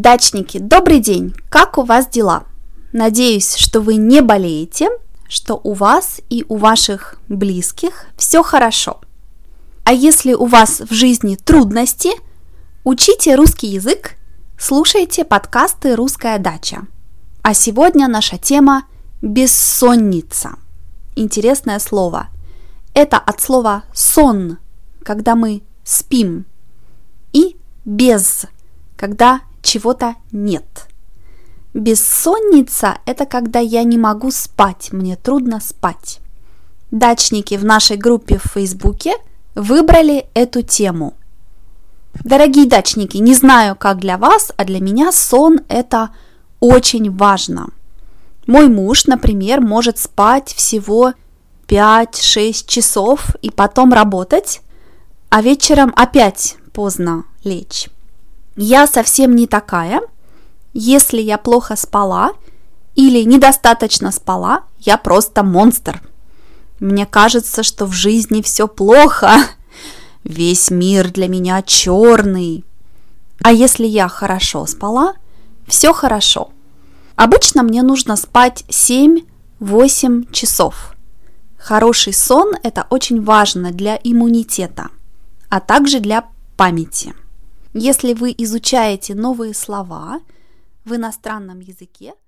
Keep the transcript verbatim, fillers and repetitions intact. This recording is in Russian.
Дачники, добрый день! Как у вас дела? Надеюсь, что вы не болеете, что у вас и у ваших близких все хорошо. А если у вас в жизни трудности, учите русский язык, слушайте подкасты «Русская дача». А сегодня наша тема «бессонница». Интересное слово. Это от слова «сон», когда мы спим, и «без», когда чего-то нет. Бессонница – это когда я не могу спать, мне трудно спать. Дачники в нашей группе в Фейсбуке выбрали эту тему. Дорогие дачники, не знаю, как для вас, а для меня сон – это очень важно. Мой муж, например, может спать всего пять-шесть часов и потом работать, а вечером опять поздно лечь. Я совсем не такая. Если я плохо спала или недостаточно спала, я просто монстр. Мне кажется, что в жизни все плохо. Весь мир для меня черный. А если я хорошо спала, все хорошо. Обычно мне нужно спать семь-восемь часов. Хороший сон – это очень важно для иммунитета, а также для памяти. Если вы изучаете новые слова в иностранном языке,